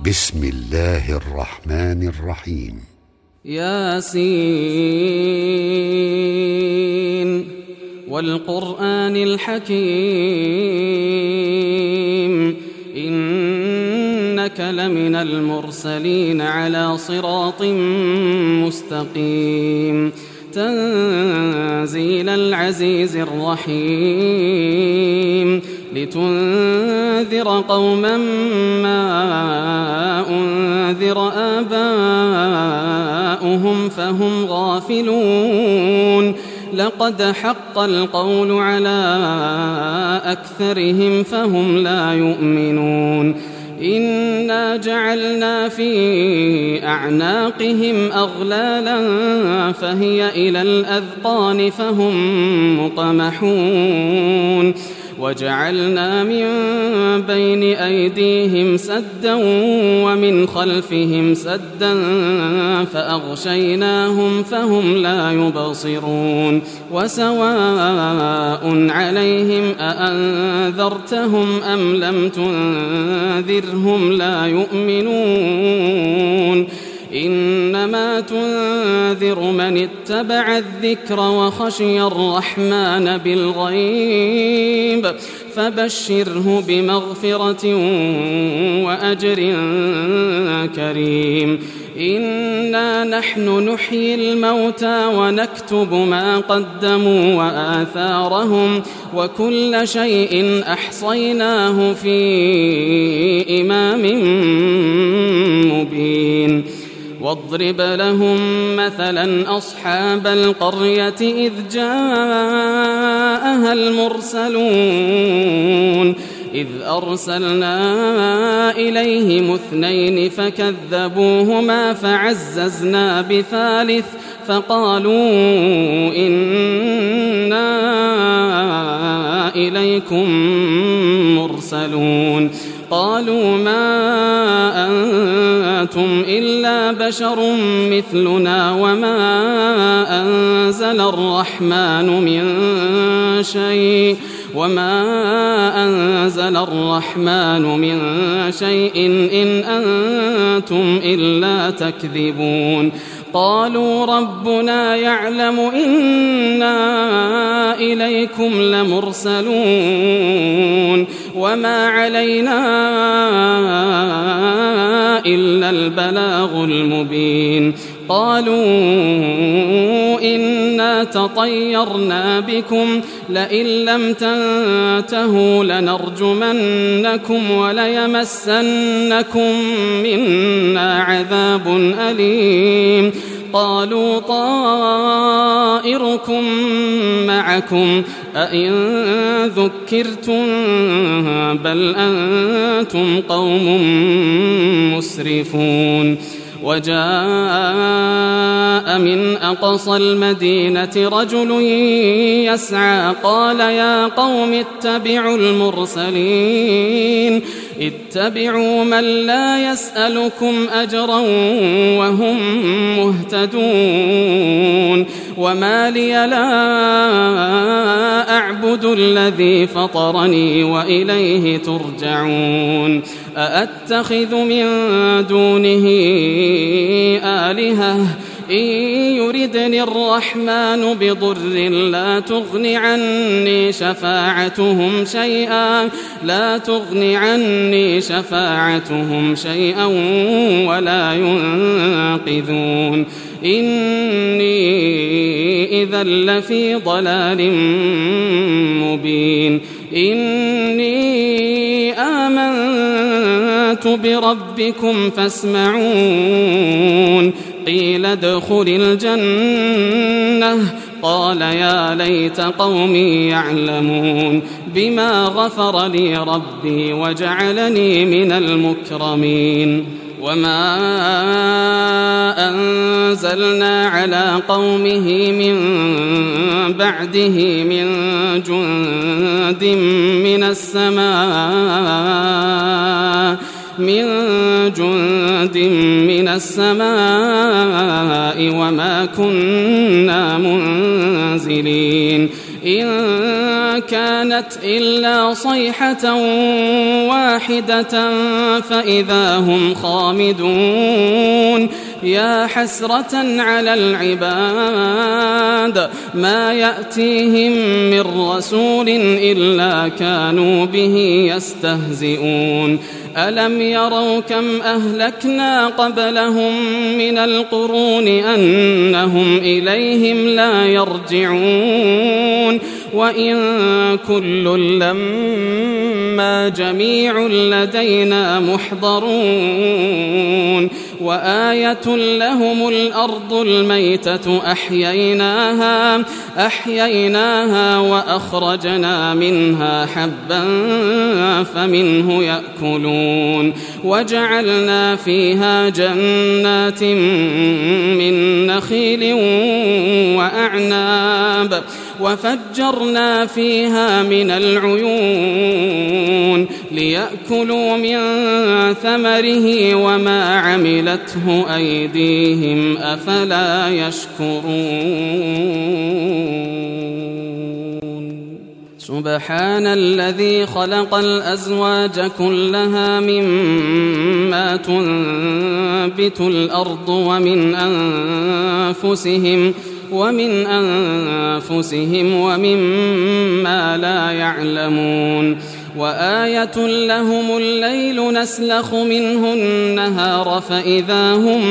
بسم الله الرحمن الرحيم. ياسين والقرآن الحكيم إنك لمن المرسلين على صراط مستقيم تنزيل العزيز الرحيم لتنذر قوما ما أنذر آباؤهم فهم غافلون لقد حق القول على أكثرهم فهم لا يؤمنون إنا جعلنا في أعناقهم أغلالا فهي إلى الأذقان فهم مقمحون وجعلنا من بين أيديهم سدا ومن خلفهم سدا فأغشيناهم فهم لا يبصرون وسواء عليهم أأنذرتهم أم لم تنذرهم لا يؤمنون إنما تنذر من اتبع الذكر وخشي الرحمن بالغيب فبشره بمغفرة وأجر كريم إنا نحن نحيي الموتى ونكتب ما قدموا وآثارهم وكل شيء أحصيناه في إمام مبين واضرب لهم مثلا أصحاب القرية إذ جاءها المرسلون إذ أرسلنا إليهم 2 فكذبوهما فعززنا بثالث فقالوا إنا إليكم مرسلون قالوا ما أنتم إلا بشر مثلنا وما أنزل الرحمن من شيء إن أنتم إلا تكذبون قالوا ربنا يعلم إنا إليكم لمرسلون وما علينا إلا البلاغ المبين قالوا إنا تطيرنا بكم لئن لم تنتهوا لنرجمنكم وليمسنكم منا عذاب أليم قالوا طائركم معكم أئن ذكرتم بل أنتم قوم مسرفون وجاء من أقصى المدينة رجل يسعى قال يا قوم اتبعوا المرسلين اتبعوا من لا يسألكم أجرا وهم مهتدون وما لي لا أعبد الذي فطرني وإليه ترجعون أأتخذ من دونه آلهة إن يردني الرحمن بضر لا تغن عني شفاعتهم شيئا ولا ينقذون إني إذا لفي ضلال مبين إني آمنت بربكم فاسمعون قيل ادخل الجنة قال يا ليت قومي يعلمون بما غفر لي ربي وجعلني من المكرمين وما أنزلنا على قومه من بعده من جند من السماء وما كنا منزلين إن كانت إلا صيحة واحدة فإذا هم خامدون يا حسرة على العباد ما يأتيهم من رسول إلا كانوا به يستهزئون ألم يروا كم أهلكنا قبلهم من القرون أنهم إليهم لا يرجعون وإن كل لما جميع لدينا محضرون وآية لهم الأرض الميتة أحييناها وأخرجنا منها حبا فمنه يأكلون وجعلنا فيها جنات من نخيل وأعناب وفجرنا فيها من العيون ليأكلوا من ثمره وما عملته أيديهم أفلا يشكرون سبحان الذي خلق الأزواج كلها مما تنبت الأرض ومن أنفسهم ومما لا يعلمون وآية لهم الليل نسلخ منه النهار فإذا هم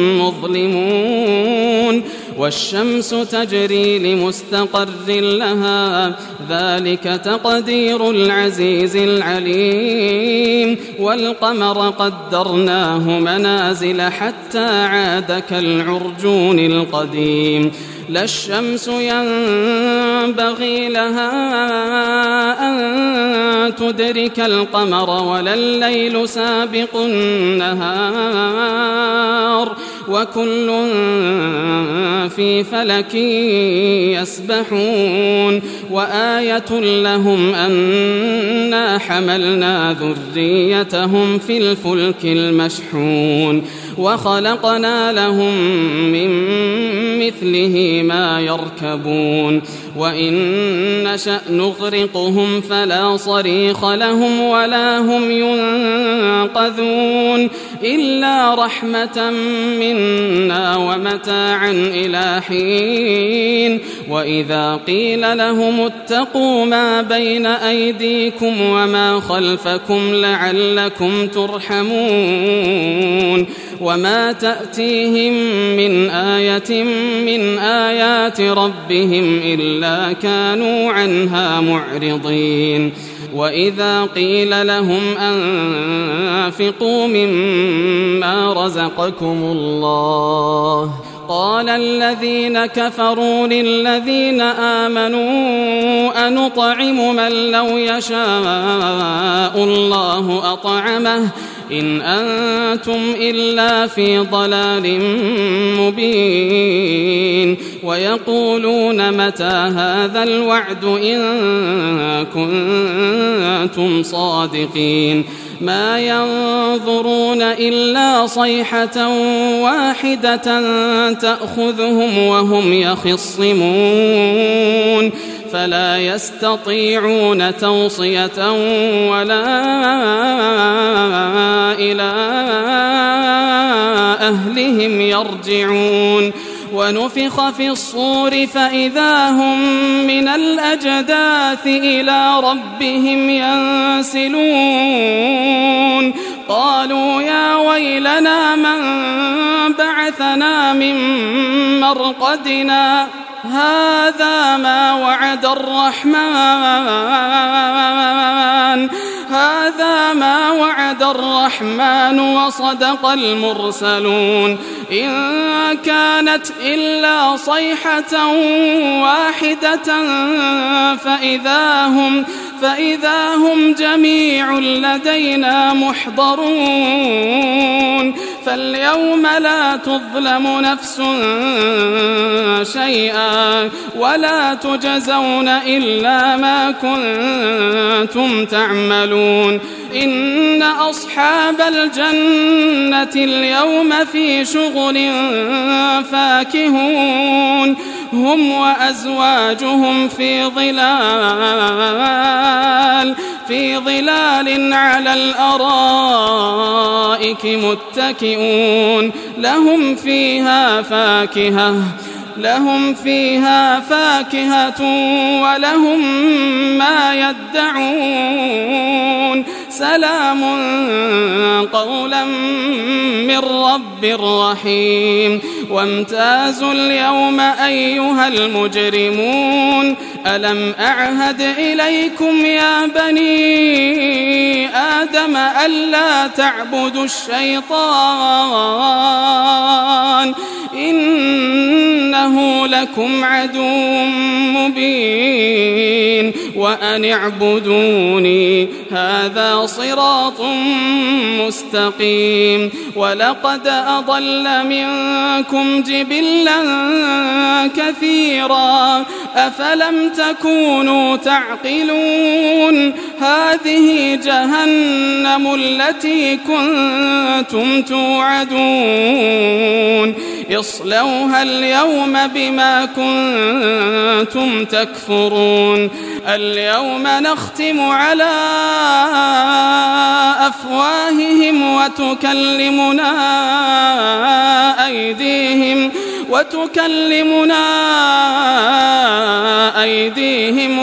مظلمون والشمس تجري لمستقر لها ذلك تقدير العزيز العليم والقمر قدرناه منازل حتى عاد كالعرجون القديم لا الشمس ينبغي لها أن تدرك القمر ولا الليل سابق النهار وكل في فلك يسبحون وآية لهم أنا حملنا ذريتهم في الفلك المشحون وخلقنا لهم من مثله ما يركبون وإن نشأ نغرقهم فلا صريخ لهم ولا هم ينقذون إلا رحمة منا ومتاعا إلى حين وإذا قيل لهم اتقوا ما بين أيديكم وما خلفكم لعلكم ترحمون وما تأتيهم من آية من آيات ربهم إلا كانوا عنها معرضين وإذا قيل لهم أنفقوا مما رزقكم الله قال الذين كفروا للذين آمنوا أنطعم من لو يشاء الله أطعمه إن أنتم إلا في ضلال مبين ويقولون متى هذا الوعد إن كنتم صادقين ما ينظرون إلا صيحة واحدة تأخذهم وهم يخصمون فلا يستطيعون توصية ولا إلى أهلهم يرجعون ونفخ في الصور فإذا هم من الأجداث إلى ربهم ينسلون قالوا يا ويلنا من بعثنا من مرقدنا هذا ما وعد الرحمن وصدق المرسلون إن كانت إلا صيحة واحدة فإذا هم جميع لدينا محضرون فاليوم لا تظلم نفس شيئا ولا تجزون إلا ما كنتم تعملون إن أصحاب الجنة اليوم في شغل فاكهون هم وأزواجهم في ظلال على الأرائك متكئون لهم فيها فاكهة ولهم ما يدعون سلام قولا من رب رحيم وامتازوا اليوم أيها المجرمون ألم أعهد إليكم يا بني آدم ألا تعبدوا الشيطان إنه لكم عدو مبين وأن اعبدوني هذا صراط مستقيم ولقد أضل منكم جبلا كثيرا أفلم تكونوا تعقلون هذه جهنم التي كنتم توعدون اصلوها اليوم بما كنتم تكفرون اليوم نختم على أفواههم وتكلمنا أيديهم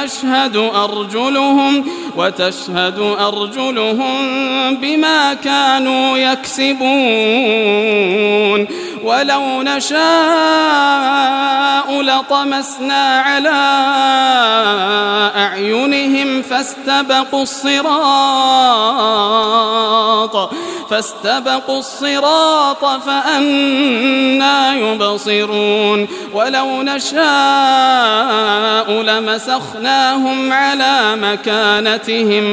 وتشهد أرجلهم بما كانوا يكسبون ولو نشاء لطمسنا على أعينهم فاستبقوا الصراط فأنى يبصرون ولو نشاء لمسخناهم على مكانتهم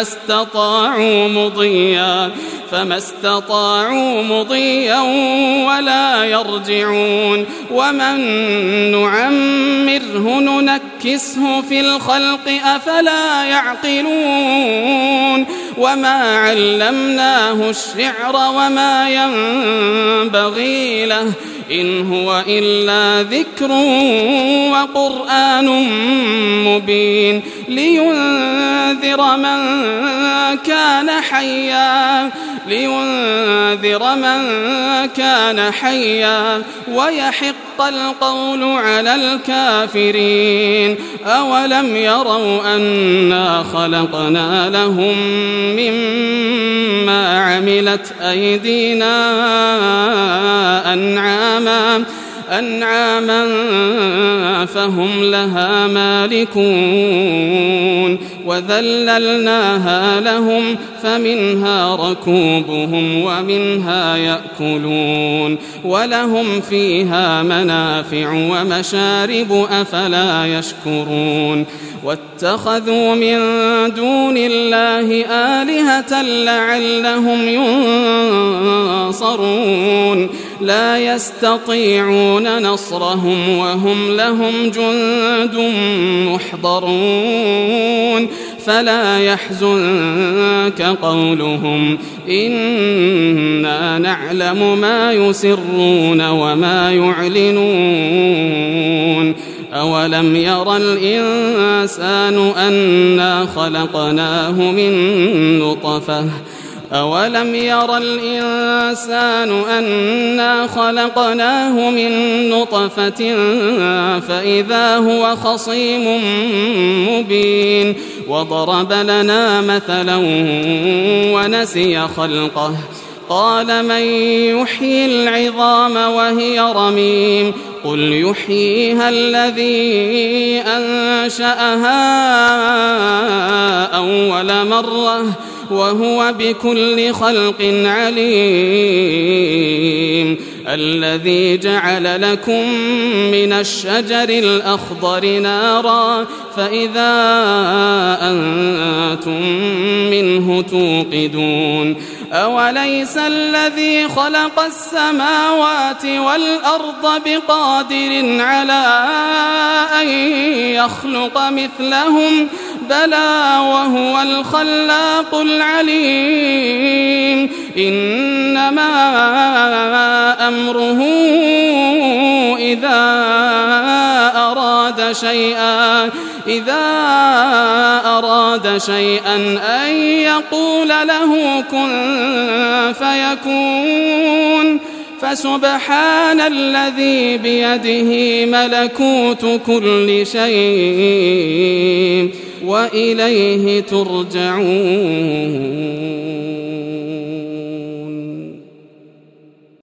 فما استطاعوا مضيا ولا يرجعون ومن نعمره ننكسه في الخلق أفلا يعقلون وما علمناه الشعر وما ينبغي له إن هو إلا ذكر وقرآن مبين لينذر من كان حيا ويحق القول على الكافرين أولم يروا أنا خلقنا لهم مما عملت أيدينا أنعاما فهم لها مالكون وذللناها لهم فمنها ركوبهم ومنها يأكلون ولهم فيها منافع ومشارب أفلا يشكرون واتخذوا من دون الله آلهة لعلهم ينصرون لا يستطيعون نصرهم وهم لهم جند محضرون فلا يحزنك قولهم إنا نعلم ما يسرون وما يعلنون أولم ير الإنسان أنا خلقناه من نطفة فإذا هو خصيم مبين وضرب لنا مثلا ونسي خلقه قال من يحيي العظام وهي رميم قل يحييها الذي أنشأها أول مرة وهو بكل خلق عليم الذي جعل لكم من الشجر الأخضر نارا فإذا أنتم منه توقدون أوليس الذي خلق السماوات والأرض بقادر على أن يخلق مثلهم بلى وهو الخلاق العليم إنما أمره إذا أراد شيئا أن يقول له كن فيكون فسبحان الذي بيده ملكوت كل شيء وإليه ترجعون.